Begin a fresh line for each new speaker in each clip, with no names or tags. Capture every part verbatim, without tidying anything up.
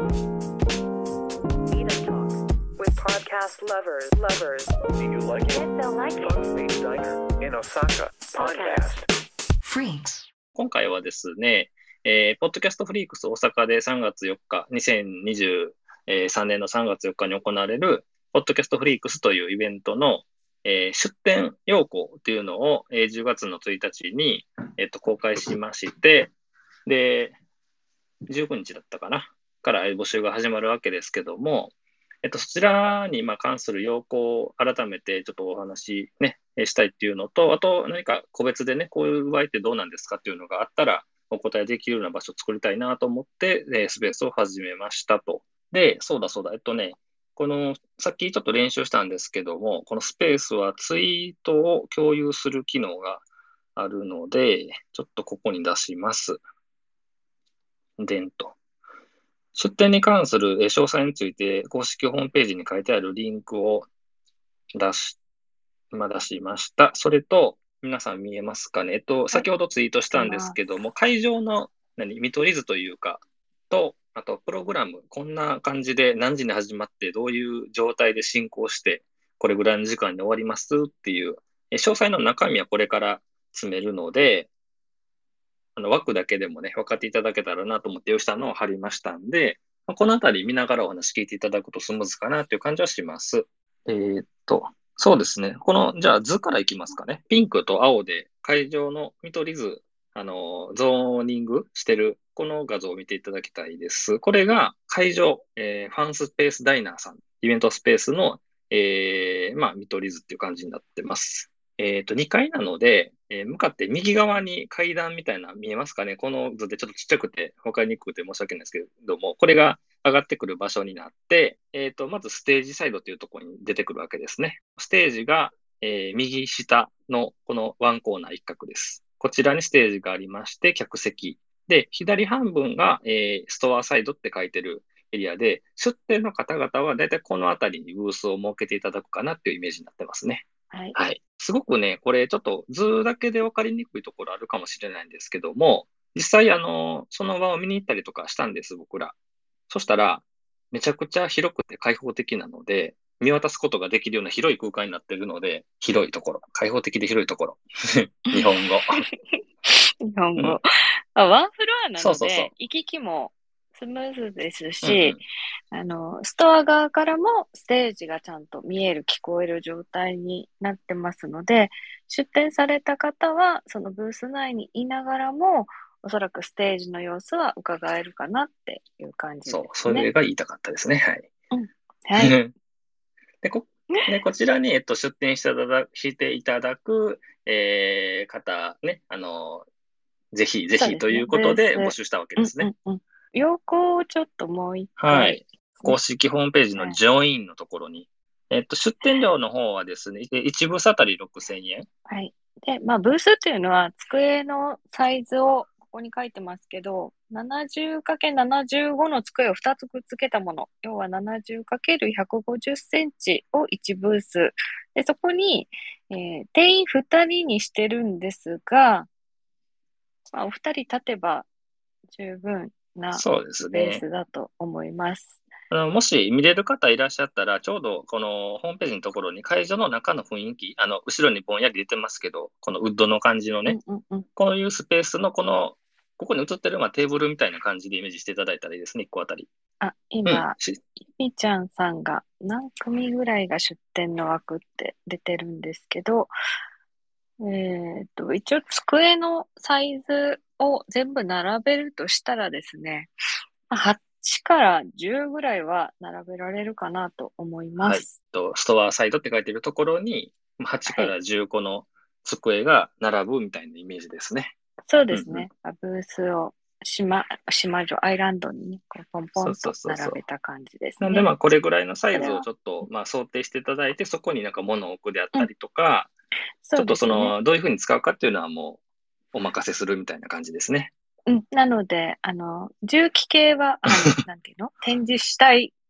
Eden Talk with podcast lovers. Lovers.
Do you like it?
Yes, they'll like it.
Fun Space Diner in Osaka podcast.
Freaks.
今回はですね、えー、ポッドキャストフリークス大阪でさんがつよっか、にせんにじゅうさんねんのさんがつよっかに行われる、ポッドキャストフリークスというイベントの、えー、出展要項というのを、えー、じゅうがつのついたちに、えーと、公開しまして、で、じゅうごにちだったかな、から募集が始まるわけですけども、えっと、そちらにまあ関する要項を改めてちょっとお話ね、したいっていうのと、あと何か個別でね、こういう場合ってどうなんですかっていうのがあったら、お答えできるような場所を作りたいなと思って、えースペースを始めましたと。で、そうだそうだ、えっとね、この、さっきちょっと練習したんですけども、このスペースはツイートを共有する機能があるので、ちょっとここに出します。でんと。出展に関するえー詳細について、公式ホームページに書いてあるリンクを出し、今出しました。それと、皆さん見えますかね。えっと、先ほどツイートしたんですけども、会場の何見取り図というか、と、あと、プログラム、こんな感じで何時に始まって、どういう状態で進行して、これぐらいの時間に終わりますっていう、え詳細の中身はこれから詰めるので、あの枠だけでもね、分かっていただけたらなと思って用意したのを貼りましたんで、まあこのあたり見ながらお話聞いていただくとスムーズかなという感じはします。えーっと、そうですね。この、じゃあ図からいきますかね。ピンクと青で会場の見取り図、あの、ゾーニングしてる、この画像を見ていただきたいです。これが会場、えーファンスペースダイナーさん、イベントスペースの、えーまあ、見取り図っていう感じになってます。えっと、にかいなので、えー向かって右側に階段みたいなの見えますかね。この図でちょっとちっちゃくて分かりにくくて申し訳ないですけれども、これが上がってくる場所になって、えっと、まずステージサイドというところに出てくるわけですね。ステージが、えー右下のこのワンコーナー一角です。こちらにステージがありまして、客席。で、左半分が、えーストアサイドって書いてるエリアで、出店の方々はだいたいこのあたりにブースを設けていただくかなっていうイメージになってますね。
はい。
はい。すごくね、これちょっと図だけで分かりにくいところあるかもしれないんですけども、実際あの、その場を見に行ったりとかしたんです、僕ら。そしたら、めちゃくちゃ広くて開放的なので、見渡すことができるような広い空間になっているので、広いところ。開放的で広いところ。日本語。
日本語。
うん
あ、ワンフロアなの
そうそうそう
で、行き来もスムーズです
うんう
し、
ん
あの、ストア側からもステージがちゃんと見える、聞こえる状態になってますので、出店された方は、そのブース内にいながらも、おそらくステージの様子は伺えるかなっていう感じ
そう、
ですね。
それが言いたかったですね。はい。
はい。
で、こ、ね、こちらに、えっと、出店していただしていただく、えー方、ね、あの、ぜひ、ぜ
そうですね
ひということで
ブース
募集したわけ
うん
ですね。
うんうん。要項をちょっともう一
は
回。
い。公式ホームページのジョインのところに、えっと、出店料の方はですね、いちブースあたりろくせんえん。
はい。で、まあ、ブースっていうのは、机のサイズをここに書いてますけど、ななじゅうかけるななじゅうご の机をふたつくっつけたもの。要は ななじゅうかけるひゃくごじゅっセンチをいちブース。で、そこに、えー定員ふたりにしてるんですが、まあ、お二人立てば十分な
そうです
スペー
ね。
スだと思います。
あの、もし見れる方いらっしゃったら、ちょうどこのホームページのところに会場の中の雰囲気、あの、後ろにぼんやり出てますけど、このウッドの感じのね、
うんうんうん。
こういうスペースのこの、ここに映ってるまあテーブルみたいな感じでイメージしていただいたらいいですね、いっこあたり。
あ、
うん
今、。
し
いみちゃんさんが何組ぐらいが出店の枠って出てるんですけど、えっと、一応机のサイズを全部並べるとしたらですね、まあはちからじゅうぐらいは並べられるかなと思いま
はい。
す。
と、ストアサイドって書いてるところに、まあはちからじゅう個の机が並ぶみたいなイメージですね。
そうです
うんうん
ね。まあブースを島、島女、アイランドにね、こうポンポンと
そうそうそうそう
並べた感じです
なんで、
ね。
まあ、これぐらいのサイズを
それは
ちょっと、まあ、想定していただいて、そこになんか物を置くであったりとか、ちょっと
そうですね。
その、どういうふうに使うかっていうのはもう、お任せするみたいな感じですね。
うん。なので、あの、重機系は、あの、なんていうの展示したい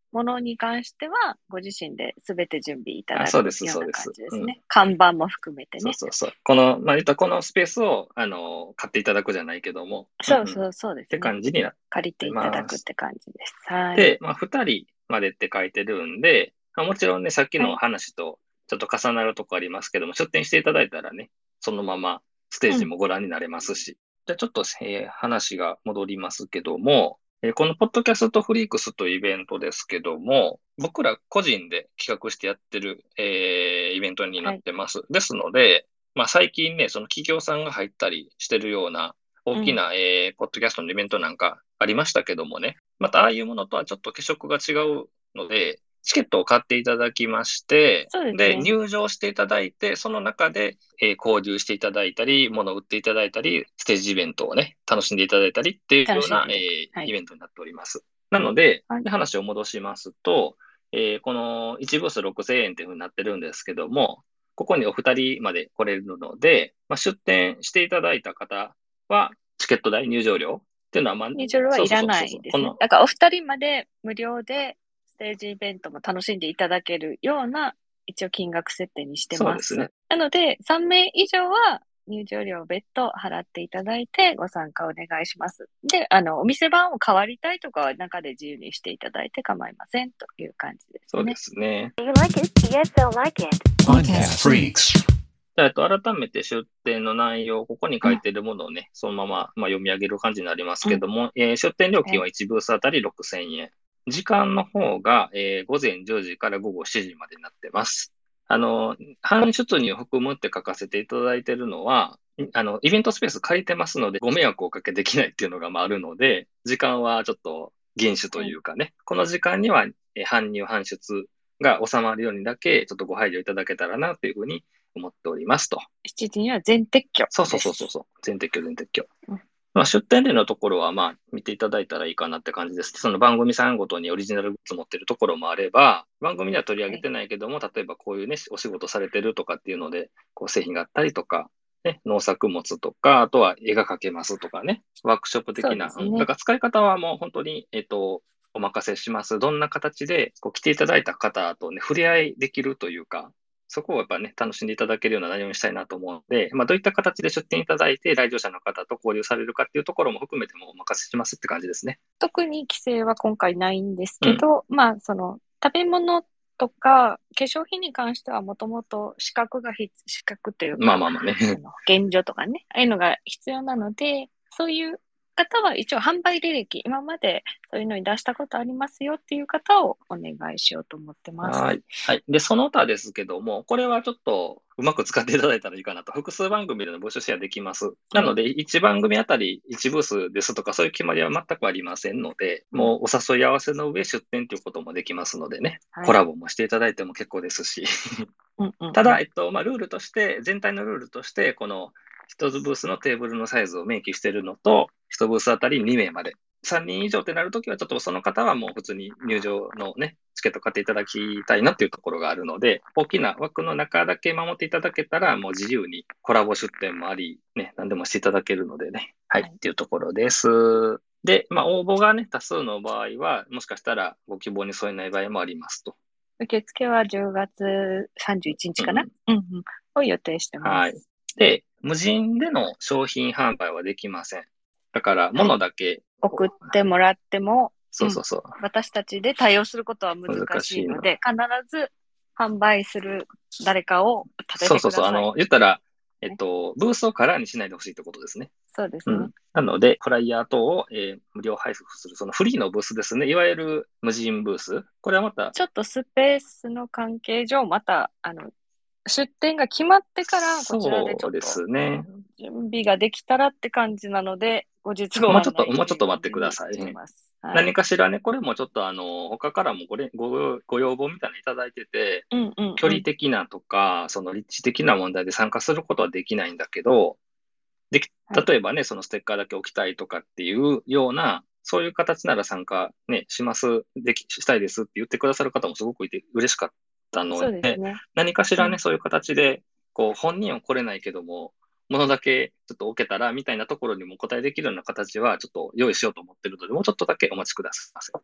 ものに関しては、ご自身で全て準備いただ
あ、
くよう
そうです、
な
そうです。
感じです
うん。
ね。看板も含めてね。
そうそうそう。この、まあ、言ったらこのスペースを、あの、買っていただくじゃないけども、うんうん。っ
そうそうそうです
て
ね。
感じになっ
借りて
て
いただ
ます。
くって感じです。はい。
で、まあ、ふたりまでって書いてるんで、まあ、もちろんね、さっきの
はい。
話とちょっと重なるとこありますけども、出店していただいたらね、そのままステー
うん。
ジもご覧になれますし。じゃあちょっと、えー話が戻りますけども、えーこのポッドキャストフリークスというイベントですけども、僕ら個人で企画してやってる、えーイベントにな
はい。
ってます。ですので、まあ、最近ね、その企業さんが入ったりしてるような大き
うん。
な、えーポッドキャストのイベントなんかありましたけどもね、またああいうものとはちょっと気色が違うので、チケットを買っていただきまして、で、
そうですね。
入場していただいて、その中で、えー購入していただいたり、物を売っていただいたり、ステージイベントをね、楽しんでいただいたりっていうような、
楽しんでいただく。
えーイ
はい。
ベントになっております。なので、
はい。
で話を戻しますと、えーこのいちブースろくせんえんというふうになってるんですけども、ここにお二人まで来れるので、まあ、出店していただいた方は、チケット代、入場料っていうのは、まあ、
入場料
そう
はいら
そうそうそうそう、
ないですね。
この、
だからお二人まで無料でステージイベントも楽しんでいただけるような一応金額設定にしてま
そうですね。
す。なのでさんめい以上は入場料を別途払っていただいてご参加お願いします。で、あの、お店番を変わりたいとかは中で自由にしていただいて構いませんという感じです
そうで
ね。
すね。
You like it? Yes, they'll like it.
Podcast Freaks.
じゃあ、えっと、改めて出店の内容、ここに
うん。
書いているものをね、そのまま、まあ、読み上げる感じになります
うん。
けども、えー出店料金
は。
はいちブースあたりろくせんえん。時間の方が、えー午前じゅうじから午後しちじまでになってます。あの、半出入を含むって書かせていただいているのは、いあの、イベントスペース借りてますので、ご迷惑をおかけできないっていうのがまああるので、時間はちょっと厳守と
はい。
いうかね、この時間には、えー搬入搬出が収まるようにだけ、ちょっとご配慮いただけたらなというふうに思っておりますと。
しちじには全撤去
そうそう
です。
そうそうそう。全撤去、全撤去。
うん。
まあ、出店例のところは、まあ、見ていただいたらいいかなって感じです。その番組さんごとにオリジナルグッズ持ってるところもあれば、番組では取り上
はい。
げてないけども、例えばこういうね、お仕事されてるとかっていうので、こう製品があったりとか、ね、農作物とか、あとは絵が描けますとかね、ワークショップ
そう
的な、うん。だ
ですね。
から使い方はもう本当に、えっと、お任せします。どんな形で、こう来ていただいた方とね、触れ合いできるというか、そこをやっぱね、楽しんでいただけるような内容にしたいなと思うので、まあ、どういった形で出店いただいて、来場者の方と交流されるかっていうところも含めてもお任せしますって感じですね。
特に規制は今回ないんです
うん。
けど、まあ、その、食べ物とか、化粧品に関してはもともと資格が必、資格というか、
まあまあまあね。
あの、現状とかね、ああいうのが必要なので、そういう方は一応販売履歴、今までそういうのに出したことありますよっていう方をお願いしようと思ってます。
はい。はい。で、その他ですけども、これはちょっとうまく使っていただいたらいいかなと。複数番組での募集シェアできます。な
はい。
ので、いち番組あたりいちブースですとか、そういう決まりは全くありませんので、
うん。
もうお誘い合わせの上出店ということもできますのでね、コ
はい。
ラボもしていただいても結構ですし。
うんうん
ただ、
うん。
えっと、まあ、ルールとして、全体のルールとして、この一つブースのテーブルのサイズを明記しているのと、一ブースあたりにめいまで。さんにん以上ってなるときは、ちょっとその方はもう普通に入場のね、チケット買っていただきたいなっていうところがあるので、大きな枠の中だけ守っていただけたら、もう自由にコラボ出店もあり、ね、何でもしていただけるのでね、はい、
はい。
っていうところです。で、まあ、応募がね、多数の場合は、もしかしたらご希望に添えない場合もありますと。
受付はじゅうがつさんじゅういちにちかな、
うん
うんうん、を予定してま
はい。
す。
で、無人での商品販売はできません。だから、
はい。
物だけ、
送ってもらっても、
そううんそうそう、
私たちで対応することは難
難しいの。
しいので、必ず販売する誰かを立て
そうそうそう、あ
てください。
の、言ったら、えっ
ね。
と、ブースをカラーにしないでほしいってことですね。
そうですね。
うん。なので、フライヤー等を、えー無料配布する、そのフリーのブースですね。いわゆる無人ブース。これはまた、
ちょっとスペースの関係上、また、あの、出店が決まってから、こちらでち
そうで
ょっと
すね。
準備ができたらって感じなので、後日ご
もうちょっと、
案内っていう
もうちょっと待って
感じに
くださいね。
してます。は
何
い。
かしらね、これもちょっとあの、他からもごれごご要望みたいなのいただいてて、
うんうん
距離
うん。
的なとか、その立地的な問題で参加することはできないんだけど、でき、
はい。
例えばね、そのステッカーだけ置きたいとかっていうような、そういう形なら参加ね、します、でき、したいですって言ってくださる方もすごくいて嬉しかったの
そうです
で、
ね。
何かしらね、
うん。
そういう形で、こう、本人は来れないけども、ものだけちょっと置けたら、みたいなところにもお答えできるような形は、ちょっと用意しようと思ってるので、もうちょっとだけお待ちください。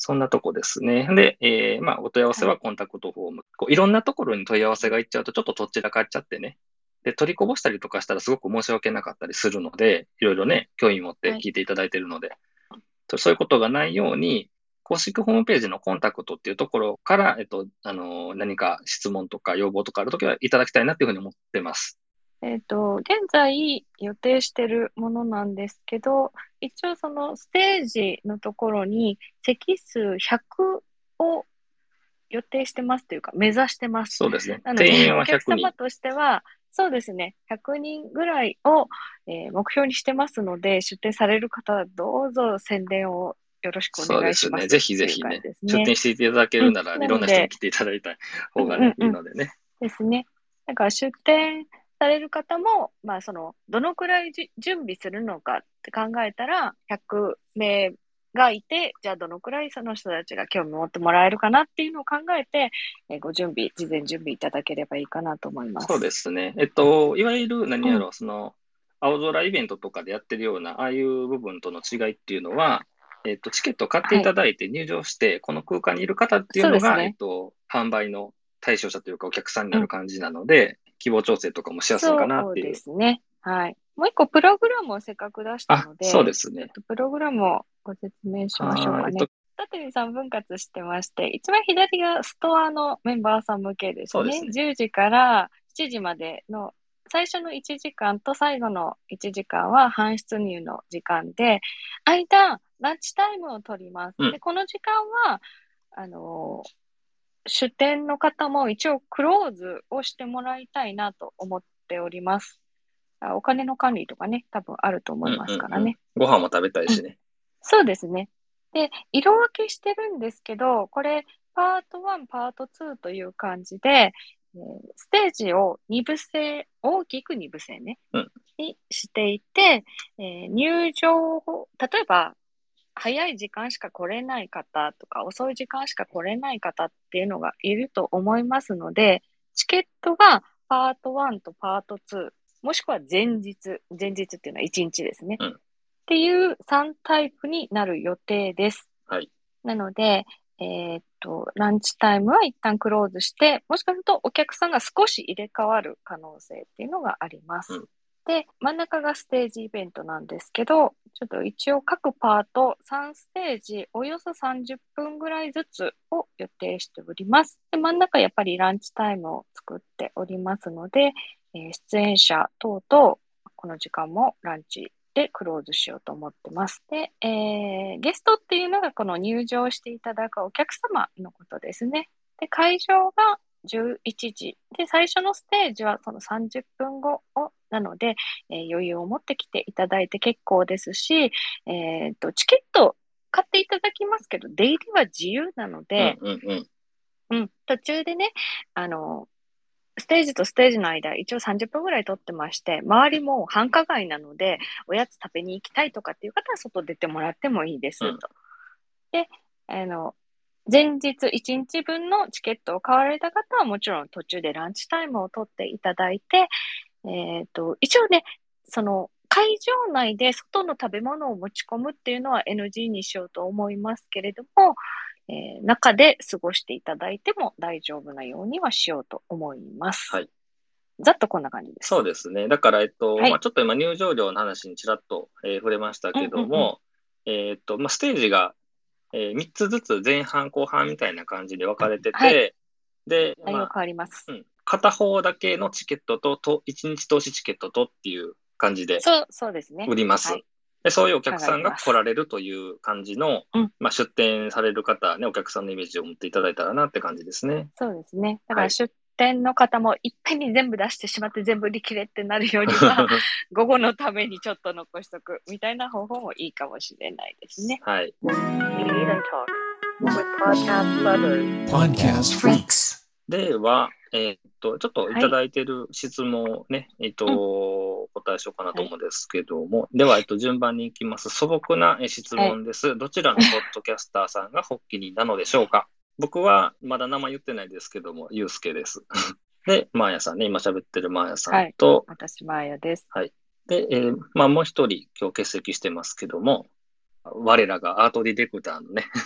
そんなとこですね。で、えーまあ、お問い合わせはコンタクトフォーム。こういろんなところに問い合わせがいっちゃうと、ちょっととっちらかっちゃってね。で、取りこぼしたりとかしたらすごく申し訳なかったりするので、いろいろね、興味持って聞いていただいているので、とそういうことがないように、公式ホームページのコンタクトっていうところから、えっと、あの、何か質問とか要望とかあるときはいただきたいなっていうふうに思ってます。
えっと、現在予定してるものなんですけど、一応そのステージのところに席数ひゃくを予定してますというか、目指してます。
そうですね。
なので、
定員は
お客
ひゃくにん。
様としては、そうですね、ひゃくにんぐらいを、えー目標にしてますので、出店される方はどうぞ宣伝をよろしくお
そうですね。
願いします
ぜひぜ
っていう感じ
ひね、
ですね。
出店していただけ
うん。
るなら、いろんな人に
なので、
来ていただいた
うん
方がね、
うんうん。
いいのでね。
ですね。だから出店される方も、まあその、どのくらいじ準備するのかって考えたら、ひゃくめいがいて、じゃあどのくらいその人たちが興味持ってもらえるかなっていうのを考えて、えーご準備、事前準備いただければいいかなと思いま
そうで
す。
すね。えっと、いわゆる何
うん。
やろう、その、青空イベントとかでやってるような、ああいう部分との違いっていうのは、えっと、チケットを買ってい
はい。
ただいて入場して、この空間にいる方っていうのが、えっ
そうですね。
と、販売の対象者というかお客さんになる
うん。
感じなので、希望調整とかもしやすいんか
そうで
なっていう。
すね。はい。もう一個プログラムをせっかく出した
あ、
の
そうで
で、
すね。
ちょっとプログラムをご説明しましょう
はーい。えっと、
かね。縦にさんぶん割してまして、一番左がストアのメンバーさん向けですね。
そうですね。
じゅうじからしちじまでの最初のいちじかんと最後のいちじかんは搬出入の時間で、間、ランチタイムを取ります。
うん。
で、この時間は、あの出店の方も一応クローズをしてもらいたいなと思っております。あお金の管理とかね、多分あると思い
うんうんうん。
ますからね。
ご飯も食べたい
うん、
しね。
そうですね。で、色分けしてるんですけど、これ、パートワン、パートツーという感じで、えーステージを二部制、大きく二部制ね、
うん。
にしていて、えー入場を、例えば、早い時間しか来れない方とか、遅い時間しか来れない方っていうのがいると思いますので、チケットがパートワンとパートツー、もしくは前日、前日っていうのはいちにちですね。
うん。
っていうさんタイプになる予定です。
はい。
なので、えーっと、ランチタイムは一旦クローズして、もしかするとお客さんが少し入れ替わる可能性っていうのがあります。
うん。
で、真ん中がステージイベントなんですけど、ちょっと一応各パートさんステージおよそさんじゅっぷんぐらいずつを予定しております。で、真ん中やっぱりランチタイムを作っておりますので、えー出演者等々、この時間もランチでクローズしようと思ってます。で、えーゲストっていうのがこの入場していただくお客様のことですね。で、会場がじゅういちじ。で、最初のステージはそのさんじゅっぷんごをなので、えー余裕を持ってきていただいて結構ですし、えっと、チケット買っていただきますけど、出入りは自由なの
うん
で、
うんうん。
うん、途中でね、あの、ステージとステージの間、一応さんじゅっぷんぐらい取ってまして、周りも繁華街なので、おやつ食べに行きたいとかっていう方は外出てもらってもいいです
うん。
と。で、あの、前日いちにちぶんのチケットを買われた方はもちろん途中でランチタイムを取っていただいて、えっと、一応ね、その会場内で外の食べ物を持ち込むっていうのは エヌジー にしようと思いますけれども、えー中で過ごしていただいても大丈夫なようにはしようと思います。
はい。
ざっとこんな感じで
そう
す。
ですね。だから、えっと、まあ、
はい。
ちょっと今入場料の話にちらっと、えー触れましたけ
うんうんうん。
ども、えっと、まあ、ステージが、えー、みっつずつ前半後半みたいな感じで分かれて
はい。
て、で、
内容
まあ、
変わります。
うん、片方だけのチケットと、と、いちにち通しチケットとっていう感じで
そう、そうですね。
売ります。
はい。
で、そういうお客
考
さんが
えてます。
来られるという感じの、
うん。
まあ、出店される方ね、お客さんのイメージを持っていただいたらなって感じですね。
そうですね。だか
はい。
ら出店の方もいっぺんに全部出してしまって全部売り切れってなるよりは、午後のためにちょっと残しとくみたいな方法もいいかもしれないですね。
はい。
Eat and Talk with Podcast Lovers.
Podcast Freaks.
では、えーっと、ちょっとい
はい。
ただいている質問をね、えーっと、
うん。
お答えしようかなと
はい。
思うんですけども、では、えっと、順番に行きます。素朴なえー質
はい。
問です。どちらのポッドキャスターさんが発起人なのでしょうか？僕はまだ名前言ってないですけども、ゆうすけです。で、マーヤさんね、今喋ってるマーヤさ
はい。
んと、
私、マーヤです。
はい。で、えーまあ、もう一人今日欠席してますけども、我らがアートディレクターのね、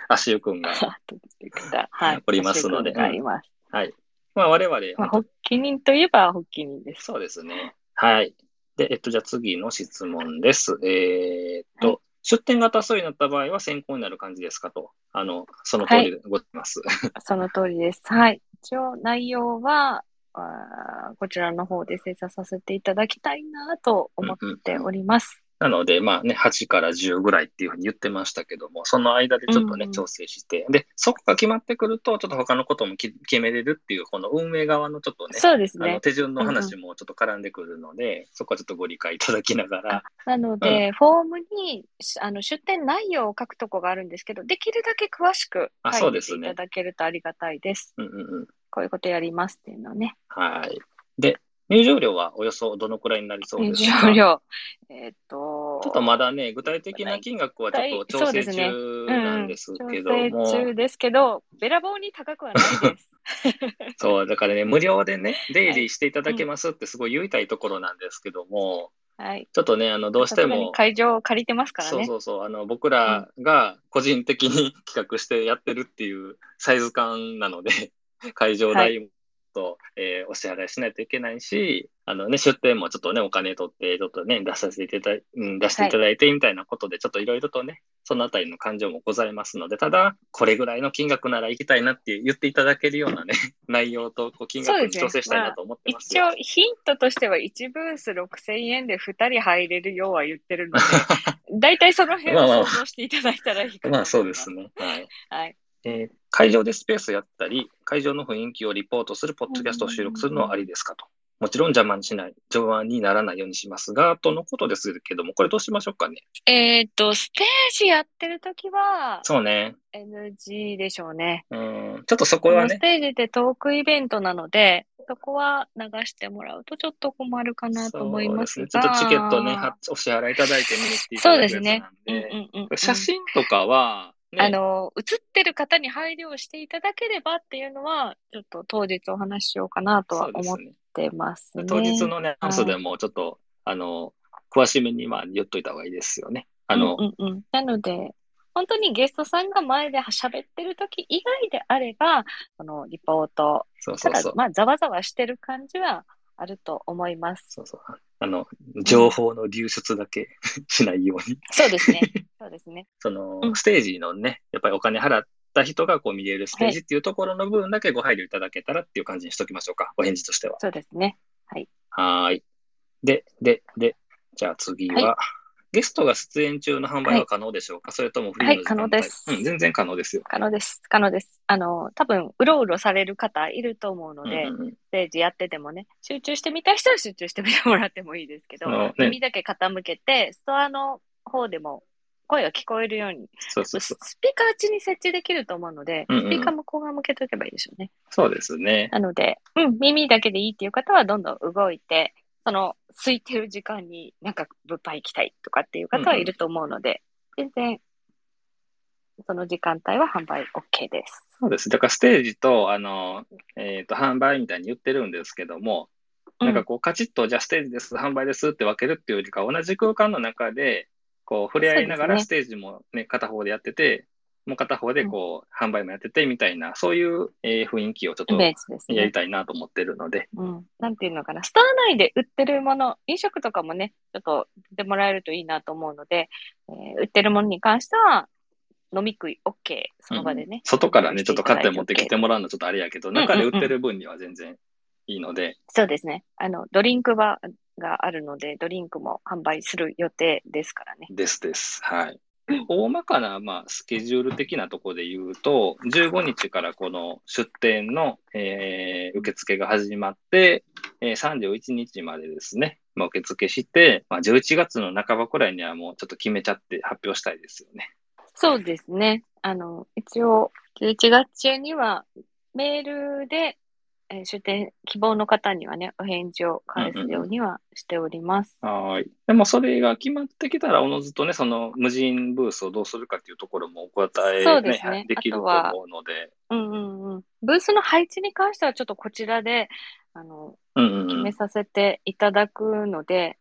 足湯くんが
アートディレクター、はい。
おりますので、
足湯くんがいます。
はい。まあ、我々、
まあ、
本当
発起人といえば発起人です。
そうですね。はい。で、えっと、じゃあ次の質問です。えーっと、
はい
出店が多数になった場合は先行になる感じですかと。あの、その通りでございます。
その通りです。はい。一応内容は、あーこちらの方で精査させていただきたいなと思っております。
なので、まあね、はちからじゅうぐらいっていうふうに言ってましたけども、その間でちょっとね、
うん
調整して、で、そこが決まってくると、ちょっと他のこともき決めれるっていう、この運営側のちょっとね、
そうですね。
あの手順の
うんうん
話もちょっと絡んでくるので、そこはちょっとご理解いただきながら、
なので、フォームにしあの出店内容を書くとこがあるんですけど、できるだけ詳しく
あ
書いて
そうですね
いただけるとありがたいです。
うんうんうん。
こういうことやりますっていうのをね。
はい。で、入場料はおよそどのくらいになりそう
入
ですか？
場料。えーっと、
ちょっとまだね、具体的な金額はちょっと調整
そうですね。
中なんです
うんうん、
け
調整
ども、
中ですけど、べらぼうに高くはないです。
そう、だからね、無料でね、出
はい
入りしていただけますってすごい言いたいところなんですけども、
はい。
ちょっとね、あの、どうし
さすがに
ても、
会場を借りてますからね。
そうそうそう、あの、僕らが個人的に企画してやってるっていうサイズ感なので、会場代と、えーお支払いしないといけないし、あのね、出店もちょっとね、お金取って、ちょっとね、出させていただい、うん、出していただいてみたいなことで、ちょっといろいろとね、そのあたりの感情もございますので、ただ、これぐらいの金額なら行きたいなって言っていただけるようなね、内容とこう金額に調整したいなと思ってますよ。
一応、ヒントとしてはいちブースろくせんえんでふたり入れるようは言ってるので、だいたいその辺を
まあまあ
想像していただいたらいいかと
まあ
思います。
そうですね。はい。
はい。
えー会場でスペースやったり、会場の雰囲気をリポートするポッドキャストを収録するのはありですかと。もちろん邪魔にしない、邪魔にならないようにしますが、とのことですけども、これどうしましょうかね。
えっと、ステージやってるときは、
そうね。
エヌジー でしょうね。
うん、ちょっとそこ
このス
はね、
テージってトークイベントなので、そこは流してもらうとちょっと困るかなと思いますが。
そうですね。ちょっとチケットね、はお支払いいただいて見に来ていた
そう
だくやつ
ですね。
なん
うん
で、
うんうんうん。
写真とかは、ね、
あの、映ってる方に配慮をしていただければっていうのは、ちょっと当日お話ししようかなとは思っ
そうですね。
てますね。
当日のね、アンスで
はい
もちょっと、あの、詳しめにまあ言っといた方がいいですよね。あの、
うんうんうん。なので、本当にゲストさんが前で喋ってる時以外であれば、このリポート、ただ
そうそうそう、。
まあ、ざわざわしてる感じはあると思います。
そうそう。あの、情報の流出だけしないように。
そうですね。そうですね。
その、
うん
ステージのね、やっぱりお金払った人がこう見れるステージっていうところの部分だけご配慮いただけたらっていう感じにしときましょうか。お返事としては。
そうですね。はい。
はーい。で、で、で、じゃあ次は、
はい
ゲストが出演中の販売は可能でしょうか、それともフリーの時間帯、
はい可能です
うん、全然可能ですよ。
可能です。可能です。あの、多分、うろうろされる方いると思うので、
うんうんうん、
ステージやっててもね、集中してみたい人は集中してみてもらってもいいですけど、
そのね
耳だけ傾けて、ストアの方でも声が聞こえるように、
そうそうそう。
スピーカーうちに設置できると思うので、
うんうんうん
スピーカー向こう側向けとけばいいでしょうね。
そうですね。
なので、うん、耳だけでいいっていう方はどんどん動いて、その空いてる時間になんか物販行きたいとかっていう方はいると思うので、全然、その時間帯は販売 OK です。
そうです。だからステージと、あの、えっ、と、販売みたいに言ってるんですけども、
うん
なんかこう、カチッと、じゃあステージです、販売ですって分けるっていうよりか、同じ空間の中で、こう、触れ合いながらス
そうです
テージもね、片方でやってて、もう片方でこう、販売もやっててみたいな、そういう、えー雰囲気をちょっと
イメージですね。
やりたいなと思ってるので、
うん。なんていうのかな。ストア内で売ってるもの、飲食とかもね、ちょっと出てもらえるといいなと思うので、えー売ってるものに関しては、飲み食い OK。その場でね。
うん外からね、ちょっと買って持
持
ってきてもらうのちょっとあれやけど、中で売ってる分には全然いいので、
そうですね。あの、ドリンクバーがあるので、ドリンクも販売する予定ですからね。
ですです。はい。大まかな、まあ、スケジュール的なところで言うと、じゅうごにちからこの出店の、えー受付が始まって、えーさんじゅういちにちまでですね、まあ、受付して、まあ、じゅういちがつの半ばくらいにはもうちょっと決めちゃって発表したいですよね。
そうですね。あの、一応、じゅういちがつ中には、メールで、えー出店希望の方にはね、お返事を返すようにはしております。
はい。でもそれが決まってきたら、おのずとね、その無人ブースをどうするかっていうところもお答え、
そう
ね
ですね
できると
あとは
思うので、
うんうんうん。ブースの配置に関しては、ちょっとこちらで、あの、
うんうんうん
決めさせていただくので、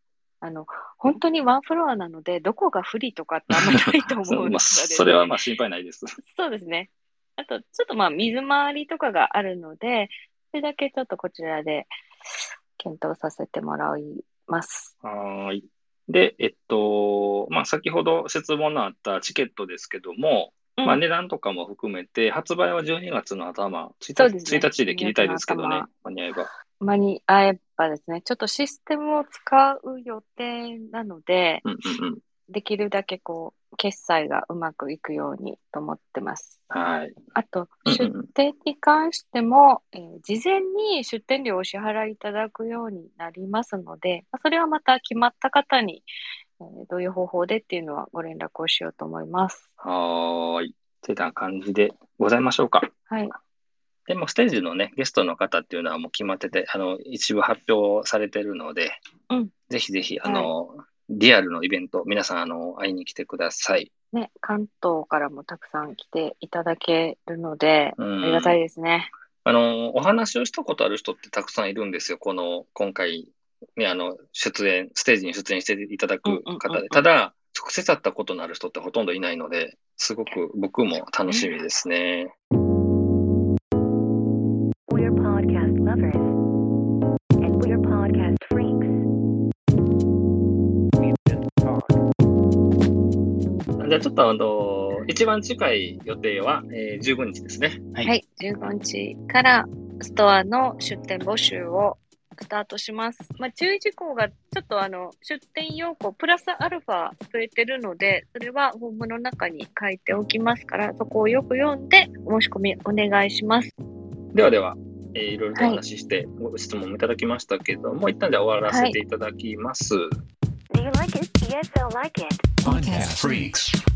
あの、本当にワンフロアなので、どこが不利とかってあんまりないと思
そうまあ、
うんですがです
それは
ね。
まあ心配ないです。
そうですね。あと、ちょっとまあ、水回りとかがあるので、それだけちょっとこちらで検討させてもらいます。
はーい。で、えっと、まあ、先ほど質問のあったチケットですけども、
うん、
まあ、値段とかも含めて、発売はじゅうにがつの頭、
そうですね。
ついたちで切りたいですけどね
にがつの頭、
間に合えば。
間に合えばですね、ちょっとシステムを使う予定なので、
うんうんうん。
できるだけこう、決済がうまくいくようにと思ってます。
はい。
あと、
うん
出
うんうん。
店に関しても、えー事前に出店料をお支払いいただくようになりますので、まあそれはまた決まった方に、えーどういう方法でっていうのはご連絡をしようと思います。
はーい。ってな感じでございましょうか。
はい。
でも、ステージのね、ゲストの方っていうのはもう決まってて、あの、一部発表されてるので、
うん。
ぜひぜひ、あ
はい。
の、リアルのイベント、皆さん、あの、会いに来てください。
ね、関東からもたくさん来ていただけるので、
う
ありがたい
ん。
ですね。
あの、お話をしたことある人ってたくさんいるんですよ。この、今回、ね、あの、出演、ステージに出演していただく
うんうんうん
方で。
うん。
ただ、直接会ったことのある人ってほとんどいないので、すごく僕も楽しみですね。
We're podcast lovers. And we're podcast freaks.
Talk.
じゃあちょっとあの、一番近い予定は、えーじゅうごにちですね。はい。
はい、じゅうごにちからストアの出店募集をスタートします。まあ、注意事項がちょっとあの出店要項プラスアルファ増えてるので、それはフォームの中に書いておきますから、そこをよく読んでお申し込みお願いします。
ではでは、えーいろいろとお
はい。
話しして、ご質問もいただきましたけども、一旦で終わら
はい。
せていただきます。
Do you like it? Yes, I like it.
Podcast Freaks.